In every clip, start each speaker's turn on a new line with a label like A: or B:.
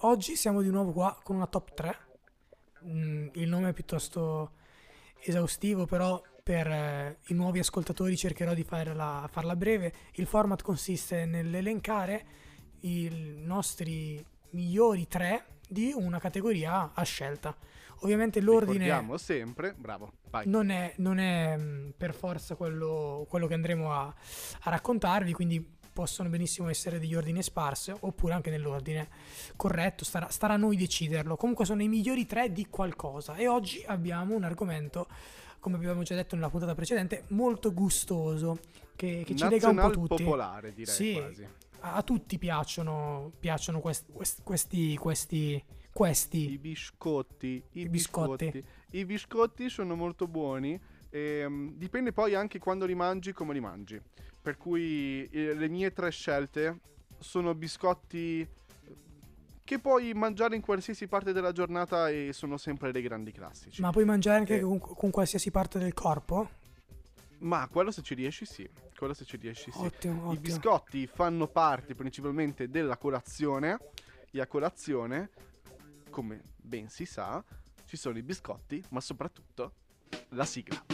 A: Oggi siamo di nuovo qua con una top 3. Il nome è piuttosto esaustivo, però per i nuovi ascoltatori cercherò di farla breve. Il format consiste nell'elencare i nostri migliori 3 di una categoria a scelta. Ovviamente l'ordine
B: Ricordiamo sempre, bravo, vai.
A: non è per forza quello che andremo a raccontarvi, quindi possono benissimo essere degli ordini sparsi oppure anche nell'ordine corretto, starà a noi deciderlo. Comunque sono i migliori 3 di qualcosa, e oggi abbiamo un argomento, come abbiamo già detto nella puntata precedente, molto gustoso, che ci lega un po'
B: Nazional
A: tutti.
B: popolare, direi,
A: Sì,
B: quasi.
A: a tutti piacciono questi
B: I biscotti. I biscotti sono molto buoni. Dipende poi anche quando li mangi, come li mangi. Per cui le mie 3 scelte sono biscotti che puoi mangiare in qualsiasi parte della giornata e sono sempre dei grandi classici.
A: Ma puoi mangiare anche con qualsiasi parte del corpo?
B: Ma quello se ci riesci sì.
A: Ottimo.
B: I biscotti fanno parte principalmente della colazione. E a colazione, come ben si sa, ci sono i biscotti, ma soprattutto la sigla.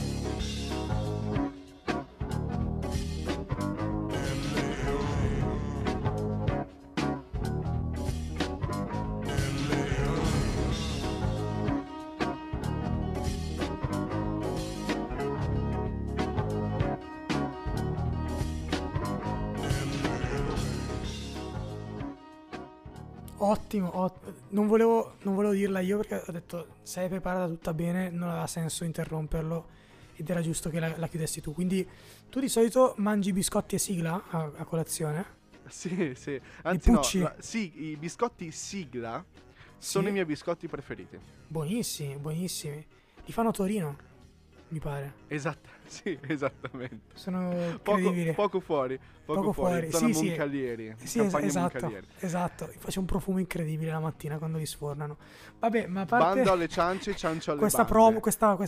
A: Ottimo. Non volevo dirla io perché ho detto se è preparata tutta bene non aveva senso interromperlo ed era giusto che la chiudessi tu. Quindi tu di solito mangi biscotti e sigla a colazione?
B: Sì.
A: I
B: Anzi no,
A: pucci?
B: sì, i biscotti sigla sono
A: Sì?
B: i miei biscotti preferiti.
A: Buonissimi. Li fanno a Torino, mi pare.
B: Sì, esattamente.
A: Sono credibili.
B: Poco fuori, zona
A: Sì.
B: Moncalieri,
A: Sì,
B: campagna
A: esatto.
B: Moncalieri.
A: Esatto. Faccio un profumo incredibile la mattina quando li sfornano. Vabbè, ma a
B: Bando
A: parte
B: alle ciance, ciancio alle
A: questa
B: bande.
A: promo,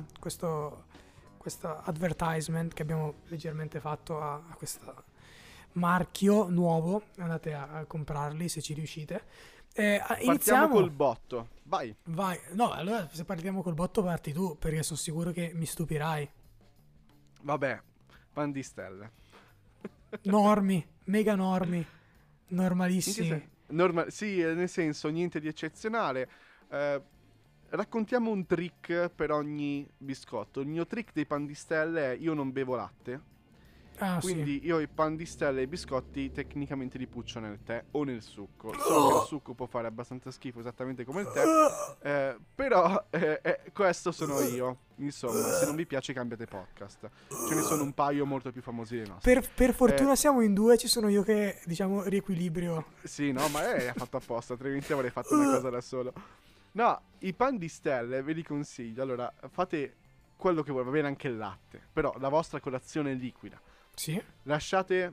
A: questo advertisement che abbiamo leggermente fatto a questo marchio nuovo, andate a comprarli se ci riuscite.
B: Partiamo
A: Iniziamo.
B: col botto, vai.
A: Vai. No, allora se partiamo col botto parti tu, perché sono sicuro che mi stupirai.
B: Vabbè, pan di stelle.
A: Normi, mega normi,
B: In
A: normalissimi.
B: che sì, nel senso, niente di eccezionale. Raccontiamo un trick per ogni biscotto. Il mio trick dei pan di stelle è: io non bevo latte.
A: Ah,
B: Quindi
A: sì.
B: io i pan di stelle e i biscotti tecnicamente li puccio nel tè o nel succo. So che il succo può fare abbastanza schifo, esattamente come il tè. Però questo sono io. Insomma, se non vi piace cambiate podcast. Ce ne sono un paio molto più famosi dei nostri.
A: Per fortuna siamo in due, ci sono io che, diciamo, riequilibrio.
B: Sì, no, ma è fatto apposta, altrimenti avrei fatto una cosa da solo. No, i pan di stelle ve li consiglio. Allora, fate quello che vuoi, va bene anche il latte. Però la vostra colazione è liquida.
A: Sì.
B: Lasciate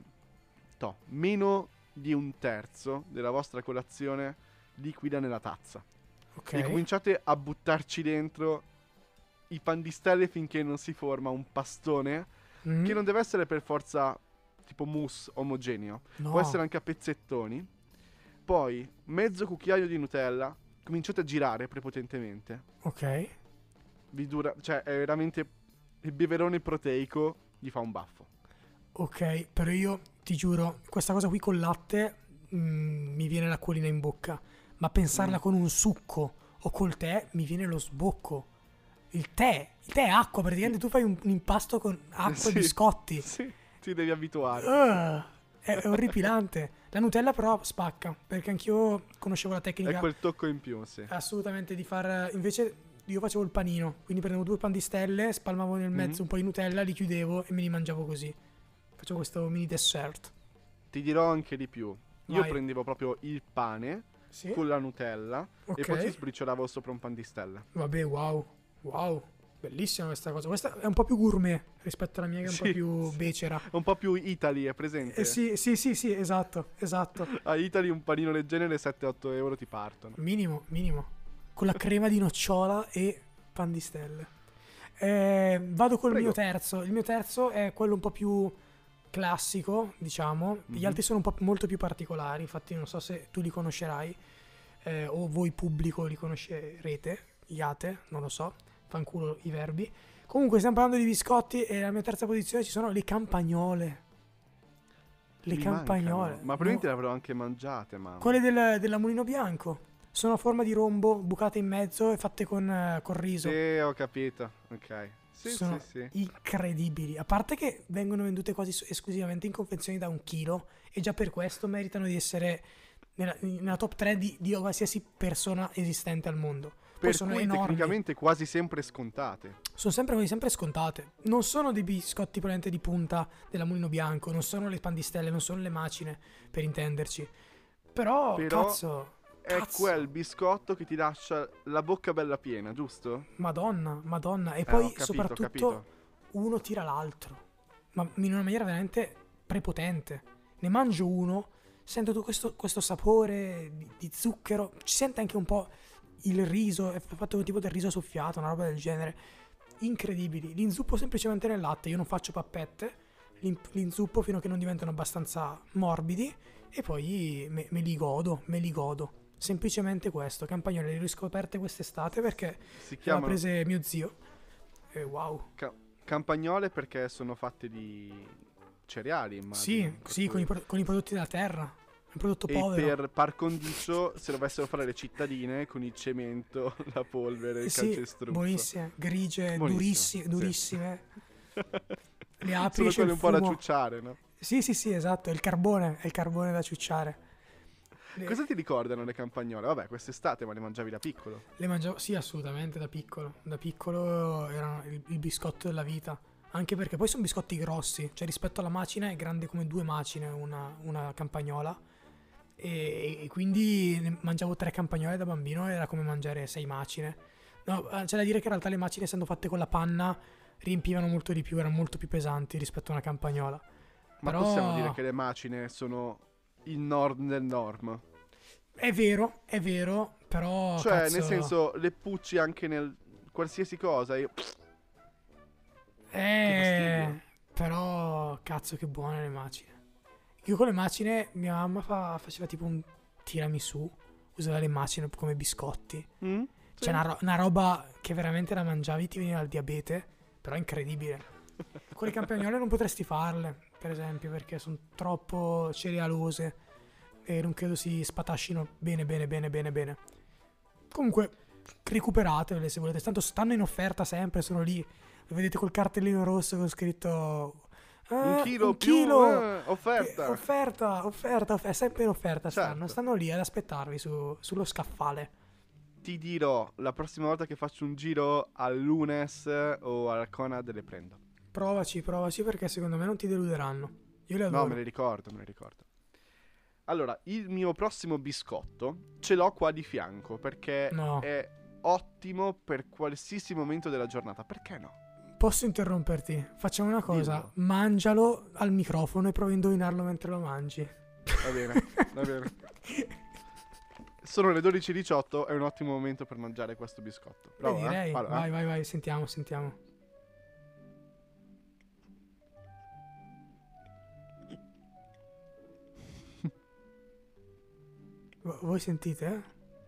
B: meno di un terzo della vostra colazione liquida nella tazza.
A: Ok.
B: E cominciate a buttarci dentro i pan di stelle finché non si forma un pastone che non deve essere per forza tipo mousse omogeneo.
A: No.
B: Può essere anche a pezzettoni. Poi mezzo cucchiaio di Nutella. Cominciate a girare prepotentemente.
A: Ok.
B: Vi dura, cioè è veramente il beverone proteico, gli fa un baffo.
A: Ok, però io ti giuro, questa cosa qui col latte mi viene l'acquolina in bocca, ma pensarla con un succo o col tè mi viene lo sbocco. Il tè è acqua, praticamente tu fai un impasto con acqua e biscotti.
B: Sì, ti devi abituare.
A: È orripilante. La Nutella però spacca, perché anch'io conoscevo la
B: È
A: tecnica
B: quel tocco in più, sì.
A: assolutamente di far... Invece io facevo il panino, quindi prendevo 2 pan di stelle, spalmavo nel mezzo un po' di Nutella, li chiudevo e me li mangiavo così. Facevo questo mini dessert.
B: Ti dirò anche di più. Io
A: Vai.
B: prendevo proprio il pane
A: Sì?
B: con la Nutella
A: Ok.
B: e poi ci sbriciolavo sopra un pan di stelle.
A: Vabbè, wow. Bellissima questa cosa. Questa è un po' più gourmet rispetto alla mia, che è un po' più becera.
B: Un po' più Italy, è presente?
A: Sì, esatto.
B: A Italy un panino del genere 7-8 euro ti partono.
A: Minimo. Con la crema di nocciola e pan di stelle. Vado col
B: Prego.
A: mio terzo. Il mio terzo è quello un po' più classico, diciamo. Gli altri sono un po' molto più particolari, infatti non so se tu li conoscerai. o voi pubblico li conoscerete, iate, non lo so, fanculo i verbi. Comunque stiamo parlando di biscotti e alla mia terza posizione ci sono le campagnole. Le
B: Mi
A: campagnole.
B: mancano. Ma probabilmente le avrò anche mangiate, mamma.
A: Quelle della Mulino Bianco. Sono a forma di rombo, bucate in mezzo e fatte con riso.
B: Sì, ho capito. Ok. Sì,
A: Sono
B: sì.
A: incredibili. A parte che vengono vendute quasi esclusivamente in confezioni da 1 chilo e già per questo meritano di essere nella top 3 di qualsiasi persona esistente al mondo. Poi
B: Per
A: sono
B: cui
A: enormi.
B: tecnicamente quasi sempre scontate.
A: Sono sempre scontate. Non sono dei biscotti probabilmente di punta della Mulino Bianco, non sono le pandistelle, non sono le macine, per intenderci. Però cazzo.
B: È quel biscotto che ti lascia la bocca bella piena, giusto?
A: Madonna. E poi
B: ho
A: soprattutto uno tira l'altro. Ma in una maniera veramente prepotente. Ne mangio uno, sento tutto questo sapore di zucchero. Ci sente anche un po' il riso, è fatto tipo del riso soffiato, una roba del genere. Incredibili. L'inzuppo semplicemente nel latte, io non faccio pappette. L'inzuppo fino a che non diventano abbastanza morbidi e poi me li godo. Semplicemente questo. Campagnole le ho riscoperte quest'estate perché
B: Si
A: le ha prese mio zio. E wow.
B: Campagnole perché sono fatte di cereali, immagino.
A: Sì, con i prodotti della terra. È un prodotto povero.
B: E per par condicio, se dovessero fare le cittadine con il cemento, la polvere, il calcestruzzo.
A: Buonissime, grigie, durissime. Le apri
B: sono quelle un po' da ciucciare, no?
A: Sì, esatto, è il carbone da ciucciare.
B: Cosa ti ricordano le campagnole? Vabbè, quest'estate ma le mangiavi da piccolo?
A: Le mangiavo, sì, assolutamente, da piccolo. Da piccolo erano il biscotto della vita. Anche perché poi sono biscotti grossi. Cioè rispetto alla macina è grande come 2 macine una campagnola. E quindi ne mangiavo 3 campagnole da bambino. Era come mangiare 6 macine. No, c'è da dire che in realtà le macine, essendo fatte con la panna, riempivano molto di più. Erano molto più pesanti rispetto a una campagnola.
B: Ma
A: però
B: possiamo dire che le macine sono il norm del norm?
A: È vero, però
B: cioè,
A: cazzo,
B: nel senso, le pucci anche nel qualsiasi cosa. Che fastidio.
A: però cazzo che buone le macine. Io con le macine mia mamma faceva tipo un tiramisù, usava le macine come biscotti.
B: Sì.
A: C'è una roba che veramente la mangiavi ti veniva il diabete, però è incredibile. Con le campagnole non potresti farle, per esempio, perché sono troppo cerealose e non credo si spatascino bene. Comunque recuperatele se volete, tanto stanno in offerta sempre, sono lì, lo vedete col cartellino rosso con scritto
B: un chilo offerta.
A: Offerta, sempre in offerta.
B: Certo.
A: Stanno lì ad aspettarvi sullo scaffale.
B: Ti dirò, la prossima volta che faccio un giro al Lunes o al Conad le prendo.
A: Provaci perché secondo me non ti deluderanno. Io le adoro.
B: No, me le ricordo. Allora, il mio prossimo biscotto ce l'ho qua di fianco perché è ottimo per qualsiasi momento della giornata. Perché no?
A: Posso interromperti? Facciamo una cosa. Dillo. Mangialo al microfono e provi a indovinarlo mentre lo mangi.
B: Va bene. Sono le 12:18, è un ottimo momento per mangiare questo biscotto. Prova,
A: direi. Vai, sentiamo. Voi sentite?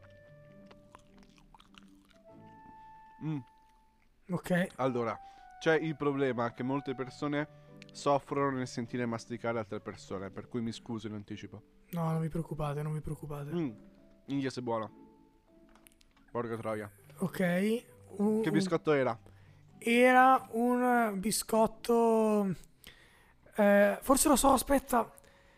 A: Ok.
B: Allora, c'è il problema che molte persone soffrono nel sentire masticare altre persone, per cui mi scuso in anticipo.
A: No, non vi preoccupate.
B: Inghia, sei buono. Porca troia.
A: Ok.
B: Che biscotto era?
A: Era un biscotto... forse lo so, aspetta.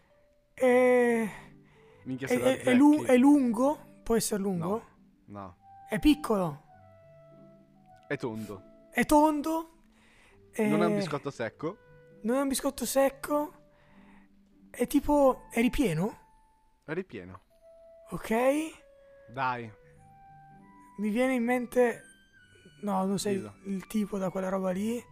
B: Minchia,
A: è lungo? Può essere lungo?
B: No.
A: È piccolo?
B: È tondo.
A: È tondo?
B: Non è un biscotto secco?
A: Non è un biscotto secco? È tipo... è ripieno?
B: È ripieno.
A: Ok.
B: Dai.
A: Mi viene in mente... No, non sei il tipo da quella roba lì.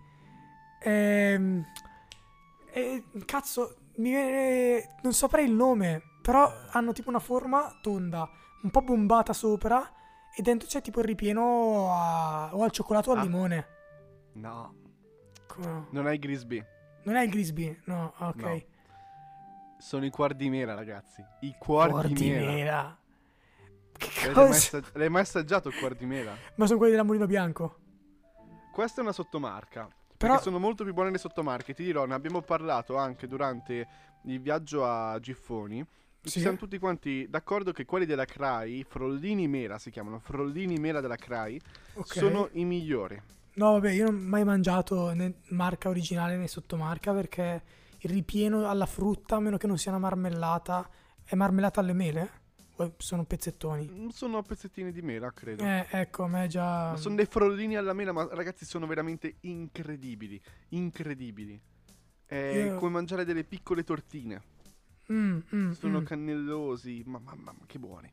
A: Cazzo, mi viene... non saprei il nome. Però hanno tipo una forma tonda, un po' bombata sopra. E dentro c'è tipo il ripieno o al cioccolato o al limone.
B: No.
A: Come no?
B: Non è il Grisby.
A: Non è il Grisby? No, ok.
B: No. Sono i cuor di mela, ragazzi. I cuor di mela.
A: Che
B: L'hai mai assaggiato il cuor di mela?
A: Ma sono quelli della Mulino Bianco?
B: Questa è una sottomarca.
A: Però
B: Perché sono molto più buone le sottomarche. Ti dirò, ne abbiamo parlato anche durante il viaggio a Giffoni. Ci siamo tutti quanti d'accordo che quelli della Crai, Frollini Mela si chiamano, Frollini Mela della Crai, sono i migliori.
A: No, vabbè, io non ho mai mangiato né marca originale né sottomarca perché il ripieno alla frutta, a meno che non sia una marmellata, è marmellata alle mele? O sono pezzettoni?
B: Sono pezzettini di mela, credo.
A: Ecco, a me già...
B: Ma sono dei frollini alla mela, ma ragazzi sono veramente incredibili. Incredibili. È come mangiare delle piccole tortine. Sono cannellosi, ma che buoni.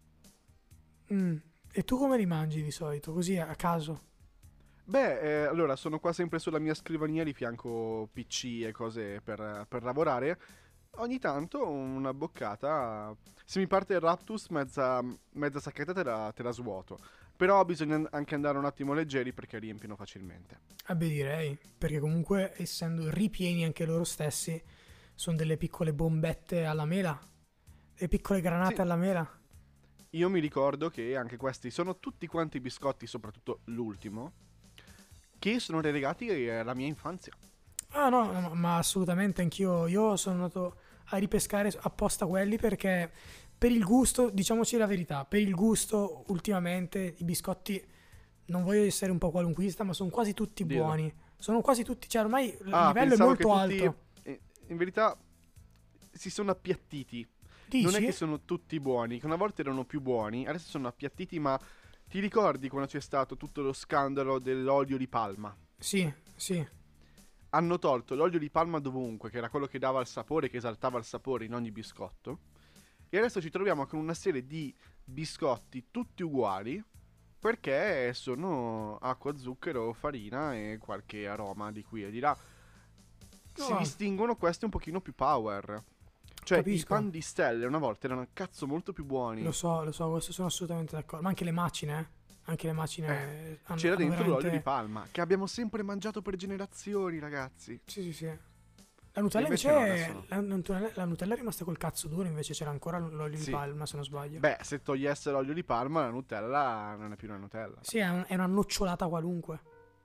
A: E tu come li mangi di solito? Così a caso?
B: Beh, allora sono qua sempre sulla mia scrivania di fianco PC e cose per lavorare. Ogni tanto una boccata. Se mi parte il raptus, mezza sacchetta te la svuoto. Però bisogna anche andare un attimo leggeri perché riempiono facilmente.
A: Beh, direi, perché comunque essendo ripieni anche loro stessi, sono delle piccole bombette alla mela, le piccole granate alla mela.
B: Io mi ricordo che anche questi sono tutti quanti biscotti, soprattutto l'ultimo, che sono relegati alla mia infanzia.
A: Ah no, ma assolutamente anch'io. Io sono andato a ripescare apposta quelli perché per il gusto, diciamoci la verità, per il gusto ultimamente i biscotti, non voglio essere un po' qualunquista, ma sono quasi tutti buoni. Sono quasi tutti, cioè ormai il livello è molto alto.
B: In verità si sono appiattiti.
A: Dici?
B: Non è che sono tutti buoni, che una volta erano più buoni, adesso sono appiattiti, ma ti ricordi quando c'è stato tutto lo scandalo dell'olio di palma?
A: Sì.
B: Hanno tolto l'olio di palma dovunque, che era quello che dava il sapore, che esaltava il sapore in ogni biscotto. E adesso ci troviamo con una serie di biscotti tutti uguali, perché sono acqua, zucchero, farina e qualche aroma di qui e di là. Si distinguono questi un pochino più power. Cioè,
A: Capisco.
B: i pan di stelle una volta erano cazzo molto più buoni.
A: Lo so, questo sono assolutamente d'accordo. Ma anche le macine, Anche le macine
B: c'era dentro
A: veramente...
B: l'olio di palma, che abbiamo sempre mangiato per generazioni, ragazzi.
A: Sì. La Nutella invece la Nutella è rimasta col cazzo duro, invece c'era ancora l'olio di palma, se non sbaglio.
B: Beh, se togliesse l'olio di palma, la Nutella non è più una Nutella.
A: Sì, è una nocciolata qualunque.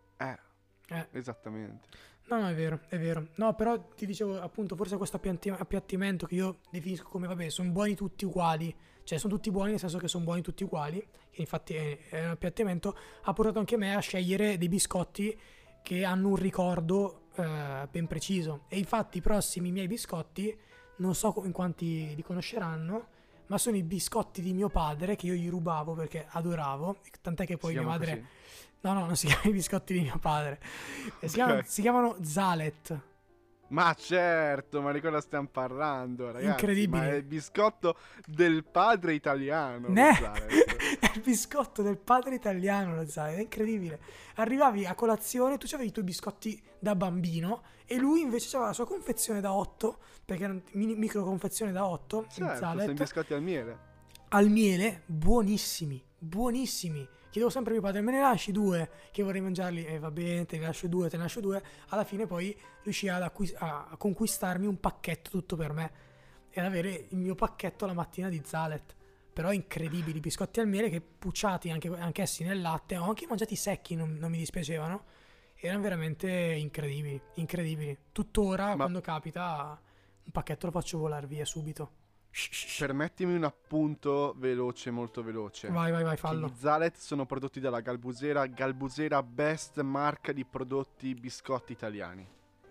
B: Esattamente.
A: No, è vero. No, però ti dicevo, appunto, forse questo appiattimento che io definisco come, vabbè, sono buoni tutti uguali. Cioè, sono tutti buoni nel senso che sono buoni tutti uguali. Che infatti è un appiattimento. Ha portato anche me a scegliere dei biscotti che hanno un ricordo ben preciso. E infatti i prossimi miei biscotti, non so in quanti li conosceranno, ma sono i biscotti di mio padre che io gli rubavo perché adoravo. Tant'è che poi mia madre...
B: Così.
A: No, non si chiamano i biscotti di mio padre. Si chiamano Zalet.
B: Ma certo, ma di cosa stiamo parlando, ragazzi?
A: Incredibile.
B: Ma è il biscotto del padre italiano.
A: È il biscotto del padre italiano, lo Zalet. È incredibile. Arrivavi a colazione, tu avevi i tuoi biscotti da bambino e lui invece aveva la sua confezione da 8, perché era una micro confezione da 8.
B: Certo, sono i biscotti al miele.
A: Al miele, buonissimi. Chiedevo sempre a mio padre, me ne lasci 2 che vorrei mangiarli? E va bene, te ne lascio 2. Alla fine poi riuscì a conquistarmi un pacchetto tutto per me e ad avere il mio pacchetto la mattina di Zalet. Però incredibili, biscotti al miele che pucciati anch'essi nel latte, ho anche mangiati secchi, non mi dispiacevano. Erano veramente incredibili. Tuttora, quando capita, un pacchetto lo faccio volare via subito.
B: Permettimi un appunto molto veloce.
A: Vai, fallo.
B: I Zalet sono prodotti dalla Galbusera best marca di prodotti biscotti italiani.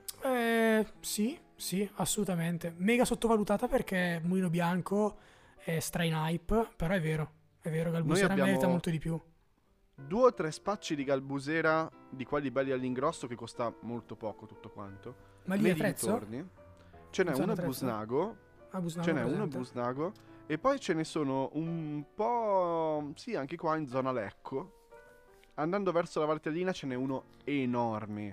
A: Sì, assolutamente. Mega sottovalutata perché Mulino Bianco è stra in hype, però è vero, Galbusera merita molto di più.
B: 2 o 3 spacci di Galbusera, di quelli belli all'ingrosso, che costa molto poco tutto quanto.
A: Ma lì è prezzo?
B: Ce n'è uno a Busnago. Ce n'è uno a Busnago e poi ce ne sono un po', sì, anche qua in zona Lecco. Andando verso la Valtellina ce n'è uno enorme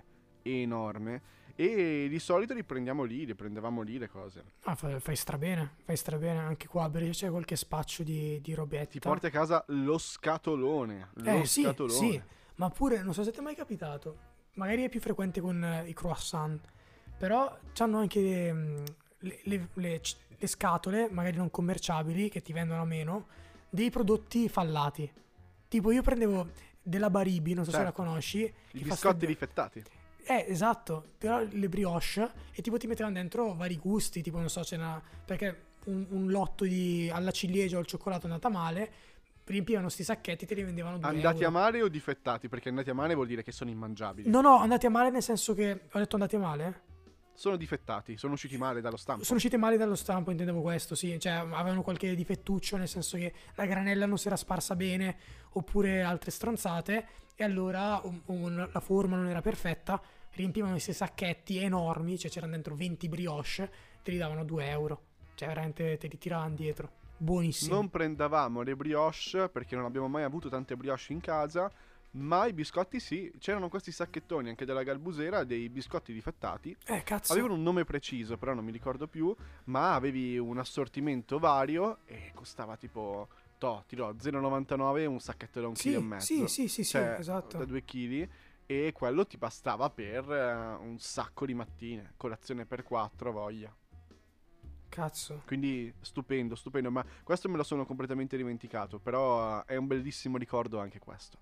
B: e di solito li prendevamo lì le cose.
A: Fai strabene anche qua, perché c'è qualche spaccio di robetta.
B: Ti porti a casa lo scatolone.
A: Sì, ma pure, non so se ti è mai capitato, magari è più frequente con i croissant, però c'hanno anche le scatole, magari non commerciabili, che ti vendono a meno, dei prodotti fallati. Tipo io prendevo della Baribi, non so se la conosci.
B: I biscotti rifettati.
A: Esatto, però le brioche, e tipo ti mettevano dentro vari gusti, tipo non so, perché un lotto alla ciliegia o al cioccolato è andata male, riempivano sti sacchetti e te li vendevano 2
B: Andati
A: euro.
B: a male o difettati? Perché andati a male vuol dire che sono immangiabili.
A: No, andati a male nel senso che, ho detto andati a male?
B: Sono difettati, sono usciti male dallo stampo.
A: Sono usciti male dallo stampo, intendevo questo, sì. Cioè, avevano qualche difettuccio, nel senso che la granella non si era sparsa bene, oppure altre stronzate, e allora la forma non era perfetta, riempivano questi sacchetti enormi, cioè c'erano dentro 20 brioche, te li davano 2 euro. Cioè, veramente te li tiravano dietro. Buonissimo.
B: Non prendavamo le brioche, perché non abbiamo mai avuto tante brioche in casa, ma i biscotti sì. C'erano questi sacchettoni anche della Galbusera, dei biscotti difettati.
A: Cazzo.
B: Avevano un nome preciso, però non mi ricordo più, ma avevi un assortimento vario e costava tipo, ti do 0,99 un sacchetto da 1,5 kg.
A: Sì,
B: cioè,
A: esatto.
B: Da 2 kg, e quello ti bastava per un sacco di mattine, colazione per 4, voglia.
A: Cazzo.
B: Quindi stupendo, ma questo me lo sono completamente dimenticato, però è un bellissimo ricordo anche questo.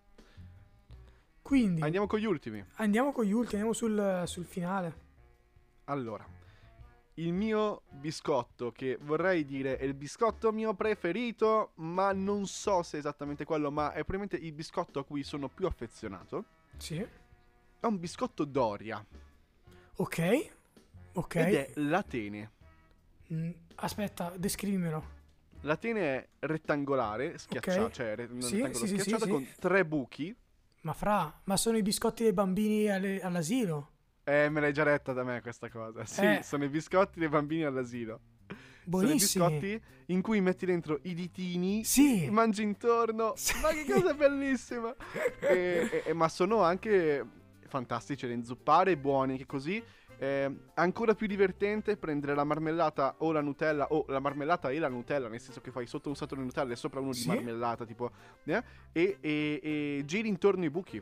A: Quindi
B: Andiamo con gli ultimi.
A: Andiamo sul finale.
B: Allora, il mio biscotto, che vorrei dire è il biscotto mio preferito, ma non so se è esattamente quello, ma è probabilmente il biscotto a cui sono più affezionato.
A: Sì.
B: È un biscotto Doria.
A: Ok.
B: Ed è l'Atene.
A: Aspetta, descrivimelo.
B: L'Atene è rettangolare, schiacciato,
A: Ok.
B: cioè un
A: Sì,
B: rettangolo
A: sì,
B: schiacciato
A: sì.
B: con 3 buchi.
A: Ma sono i biscotti dei bambini all'asilo?
B: Me l'hai già detta da me questa cosa. Sì, sono i biscotti dei bambini all'asilo.
A: Buonissimi.
B: Sono i biscotti in cui metti dentro i ditini,
A: Sì.
B: mangi intorno.
A: Sì.
B: Ma che cosa bellissima! Ma sono anche fantastici da inzuppare, buoni, che così. Ancora più divertente prendere la marmellata o la Nutella, o la marmellata e la Nutella, nel senso che fai sotto un strato di Nutella e sopra uno di marmellata, tipo, e giri intorno i buchi.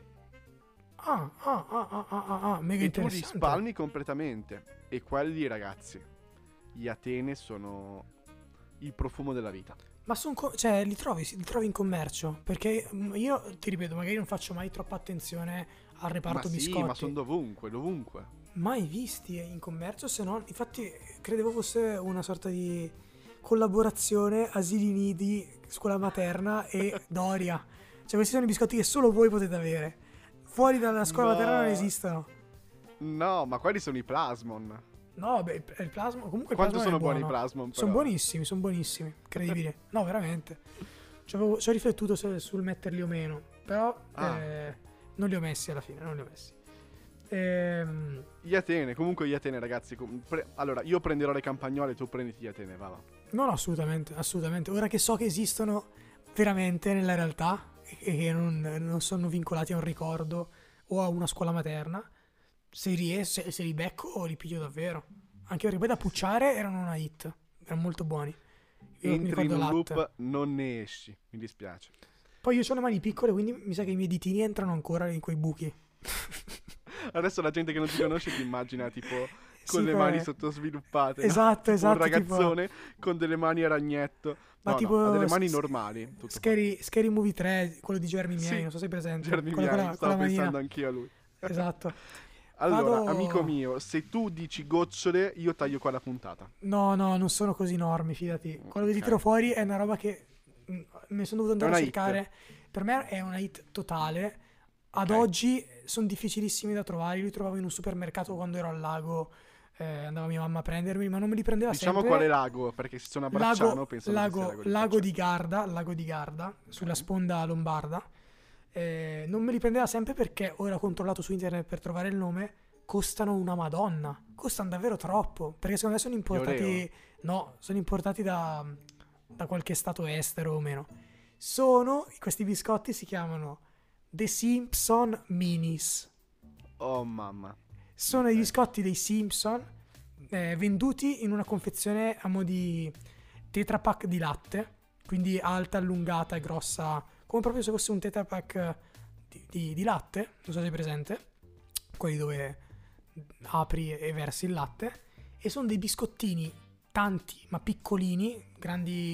A: Mega
B: e tu
A: interessante.
B: li spalmi completamente. E quelli, ragazzi, gli Atene sono il profumo della vita.
A: Ma cioè, li trovi in commercio? Perché io ti ripeto, magari non faccio mai troppa attenzione al reparto biscotti.
B: Sì, ma sono dovunque.
A: Mai visti in commercio, se no, infatti credevo fosse una sorta di collaborazione asili nidi, scuola materna e Doria. Cioè questi sono i biscotti che solo voi potete avere. Fuori dalla scuola materna non esistono.
B: No, ma quelli sono i Plasmon.
A: No, beh, il plasma comunque il
B: Quanto
A: plasma
B: sono
A: è buono.
B: buoni i Plasmon, però.
A: Sono buonissimi, incredibile. No, veramente. Ci ho riflettuto sul metterli o meno, però non li ho messi alla fine, non li ho messi.
B: Gli Atene, comunque gli Atene, ragazzi. Allora, io prenderò le campagnole, tu prenditi gli Atene, va.
A: No, assolutamente. Ora che so che esistono veramente nella realtà e che non sono vincolati a un ricordo o a una scuola materna, se li becco li piglio davvero. Anche perché poi da pucciare erano una hit, erano molto buoni.
B: Entri in un loop, non ne esci, mi dispiace.
A: Poi io ho le mani piccole, quindi mi sa che i miei ditini entrano ancora in quei buchi.
B: Adesso la gente che non ti conosce ti immagina tipo con le mani sottosviluppate.
A: Esatto,
B: no?
A: esatto.
B: Un ragazzone con delle mani a ragnetto.
A: Ma tipo
B: ha delle mani normali.
A: Scary Movie 3, quello di Jeremy Miei, non so se sei presente.
B: Jeremy Miei, stavo pensando anch'io a lui.
A: Esatto.
B: Allora, amico mio, se tu dici gocciole, io taglio qua la puntata.
A: No, non sono così enormi, fidati. Quello che ti tiro fuori è una roba che mi sono dovuto andare a cercare. Hit. Per me è una hit totale. Ad oggi sono difficilissimi da trovare. Io li trovavo in un supermercato quando ero al lago. Andava mia mamma a prendermi, ma non me li prendeva sempre.
B: Diciamo quale lago, perché se sono a Bracciano pensano
A: lago di Garda, sulla sponda lombarda. Non me li prendeva sempre perché ora ho controllato su internet per trovare il nome. Costano una madonna, costano davvero troppo, perché secondo me sono importati. No, sono importati da qualche stato estero o meno. Questi biscotti si chiamano The Simpson Minis.
B: Oh mamma.
A: Sono i biscotti dei Simpson venduti in una confezione a mo' di Tetra Pak di latte, quindi alta, allungata e grossa, come proprio se fosse un Tetra Pak di latte, non so se è presente, quelli dove apri e versi il latte, e sono dei biscottini tanti ma piccolini, grandi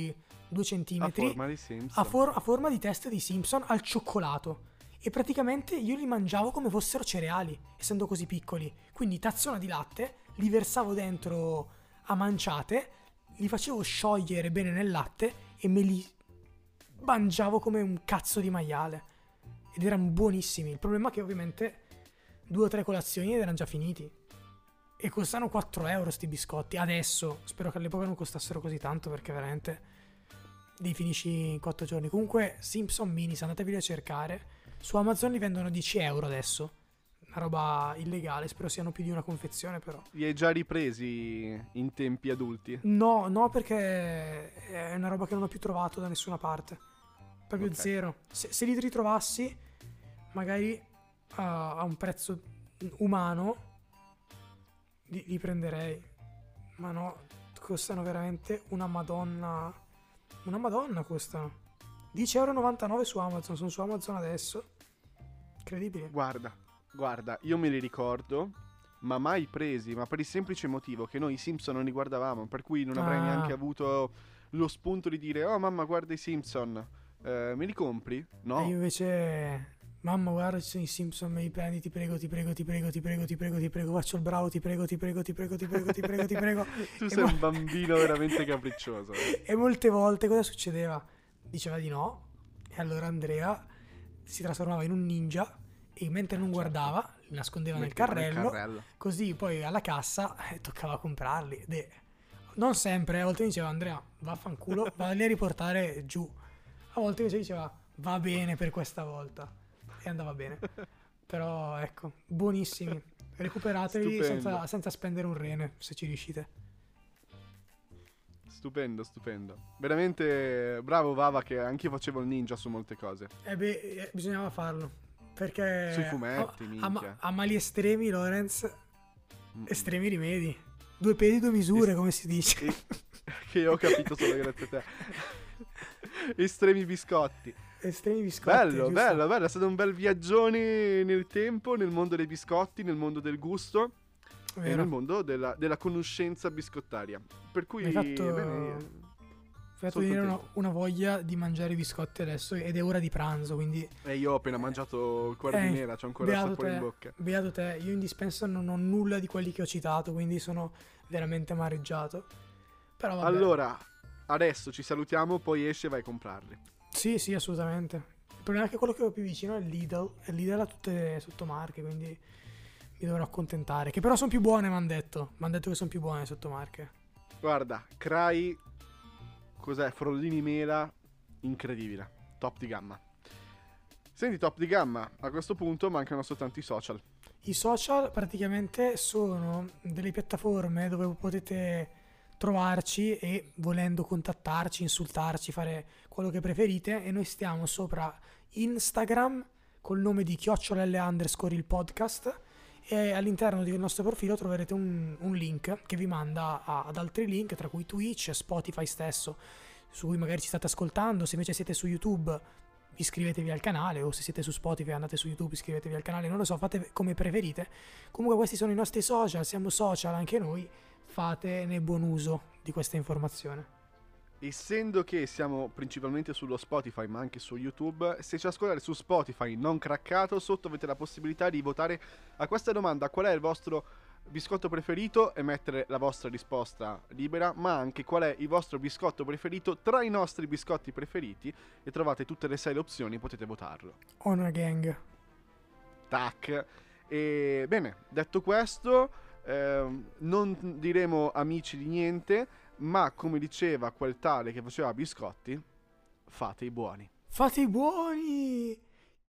A: 2 centimetri
B: a forma di Simpson,
A: a forma di testa di Simpson al cioccolato. E praticamente io li mangiavo come fossero cereali, essendo così piccoli. Quindi tazzona di latte, li versavo dentro a manciate, li facevo sciogliere bene nel latte e me li mangiavo come un cazzo di maiale. Ed erano buonissimi. Il problema è che ovviamente 2 o 3 colazioni ed erano già finiti. E costano 4 euro sti biscotti. Adesso, spero che all'epoca non costassero così tanto, perché veramente li finisci in 4 giorni. Comunque Simpson Minis, andatevi a cercare. Su Amazon li vendono 10 euro adesso. Una roba illegale, spero siano più di una confezione però.
B: Li hai già ripresi in tempi adulti?
A: No, perché è una roba che non ho più trovato da nessuna parte. Proprio
B: Ok.
A: zero. Se li ritrovassi, magari a un prezzo umano, li prenderei. Ma no, costano veramente una madonna. Una madonna costano. 10,99 euro su Amazon, sono su Amazon adesso. Incredibile.
B: Guarda, io me li ricordo, ma mai presi, ma per il semplice motivo che noi i Simpson non li guardavamo, per cui non avrei neanche avuto lo spunto di dire: oh mamma, guarda i Simpson, me li compri? No.
A: E io invece, mamma guarda ci sono i Simpson, me li prendi, ti prego, faccio il bravo, ti prego.
B: Tu sei un bambino veramente capriccioso.
A: E molte volte cosa succedeva? Diceva di no, e allora Andrea si trasformava in un ninja e mentre non guardava li nascondeva nel carrello, così poi alla cassa toccava comprarli. Non sempre, a volte diceva: Andrea, vaffanculo, vai a riportare giù. A volte invece diceva: va bene per questa volta, e andava bene. Però ecco, buonissimi, recuperateli senza spendere un rene, se ci riuscite.
B: Stupendo. Veramente bravo Vava, che anch'io facevo il ninja su molte cose.
A: Bisognava farlo, perché
B: Sui fumetti, minchia.
A: a mali estremi, Lorenz, estremi rimedi. 2 pesi, 2 misure, come si dice.
B: Che io ho capito solo grazie a te. Estremi biscotti.
A: Giusto?
B: Bello, è stato un bel viaggione nel tempo, nel mondo dei biscotti, nel mondo del gusto.
A: Vero.
B: E nel mondo della conoscenza biscottaria. Per cui
A: mi hai fatto venire una voglia di mangiare i biscotti adesso, ed è ora di pranzo, quindi.
B: E io ho appena mangiato il cuore di mela, c'ho ancora il sapore in bocca.
A: Beato te, io in dispensa non ho nulla di quelli che ho citato, quindi sono veramente amareggiato. Però vabbè.
B: Allora, adesso ci salutiamo, poi esce e vai a comprarli.
A: Sì, assolutamente. Il problema è che quello che ho più vicino è il Lidl, e Lidl ha tutte sottomarche, quindi mi dovrò accontentare. Che però sono più buone, mi hanno detto. Mi hanno detto che sono più buone le sottomarche.
B: Guarda, Cray, cos'è? Frollini mela, incredibile. Top di gamma. Senti, top di gamma, a questo punto mancano soltanto i social.
A: I social praticamente sono delle piattaforme dove potete trovarci e, volendo, contattarci, insultarci, fare quello che preferite, e noi stiamo sopra Instagram col nome di @L_ il podcast, e all'interno del nostro profilo troverete un link che vi manda ad altri link, tra cui Twitch, Spotify stesso, su cui magari ci state ascoltando. Se invece siete su YouTube, iscrivetevi al canale, o se siete su Spotify andate su YouTube, iscrivetevi al canale, non lo so, fate come preferite. Comunque questi sono i nostri social, siamo social anche noi, fatene buon uso di questa informazione.
B: Essendo che siamo principalmente sullo Spotify ma anche su YouTube, se ci ascoltate su Spotify non craccato, sotto avete la possibilità di votare a questa domanda: qual è il vostro biscotto preferito, e mettere la vostra risposta libera, ma anche qual è il vostro biscotto preferito tra i nostri biscotti preferiti, e trovate tutte le 6 le opzioni, potete votarlo.
A: Honor gang.
B: Tac. E bene, detto questo, non diremo amici di niente, ma come diceva quel tale che faceva biscotti, fate i buoni.
A: Fate i buoni!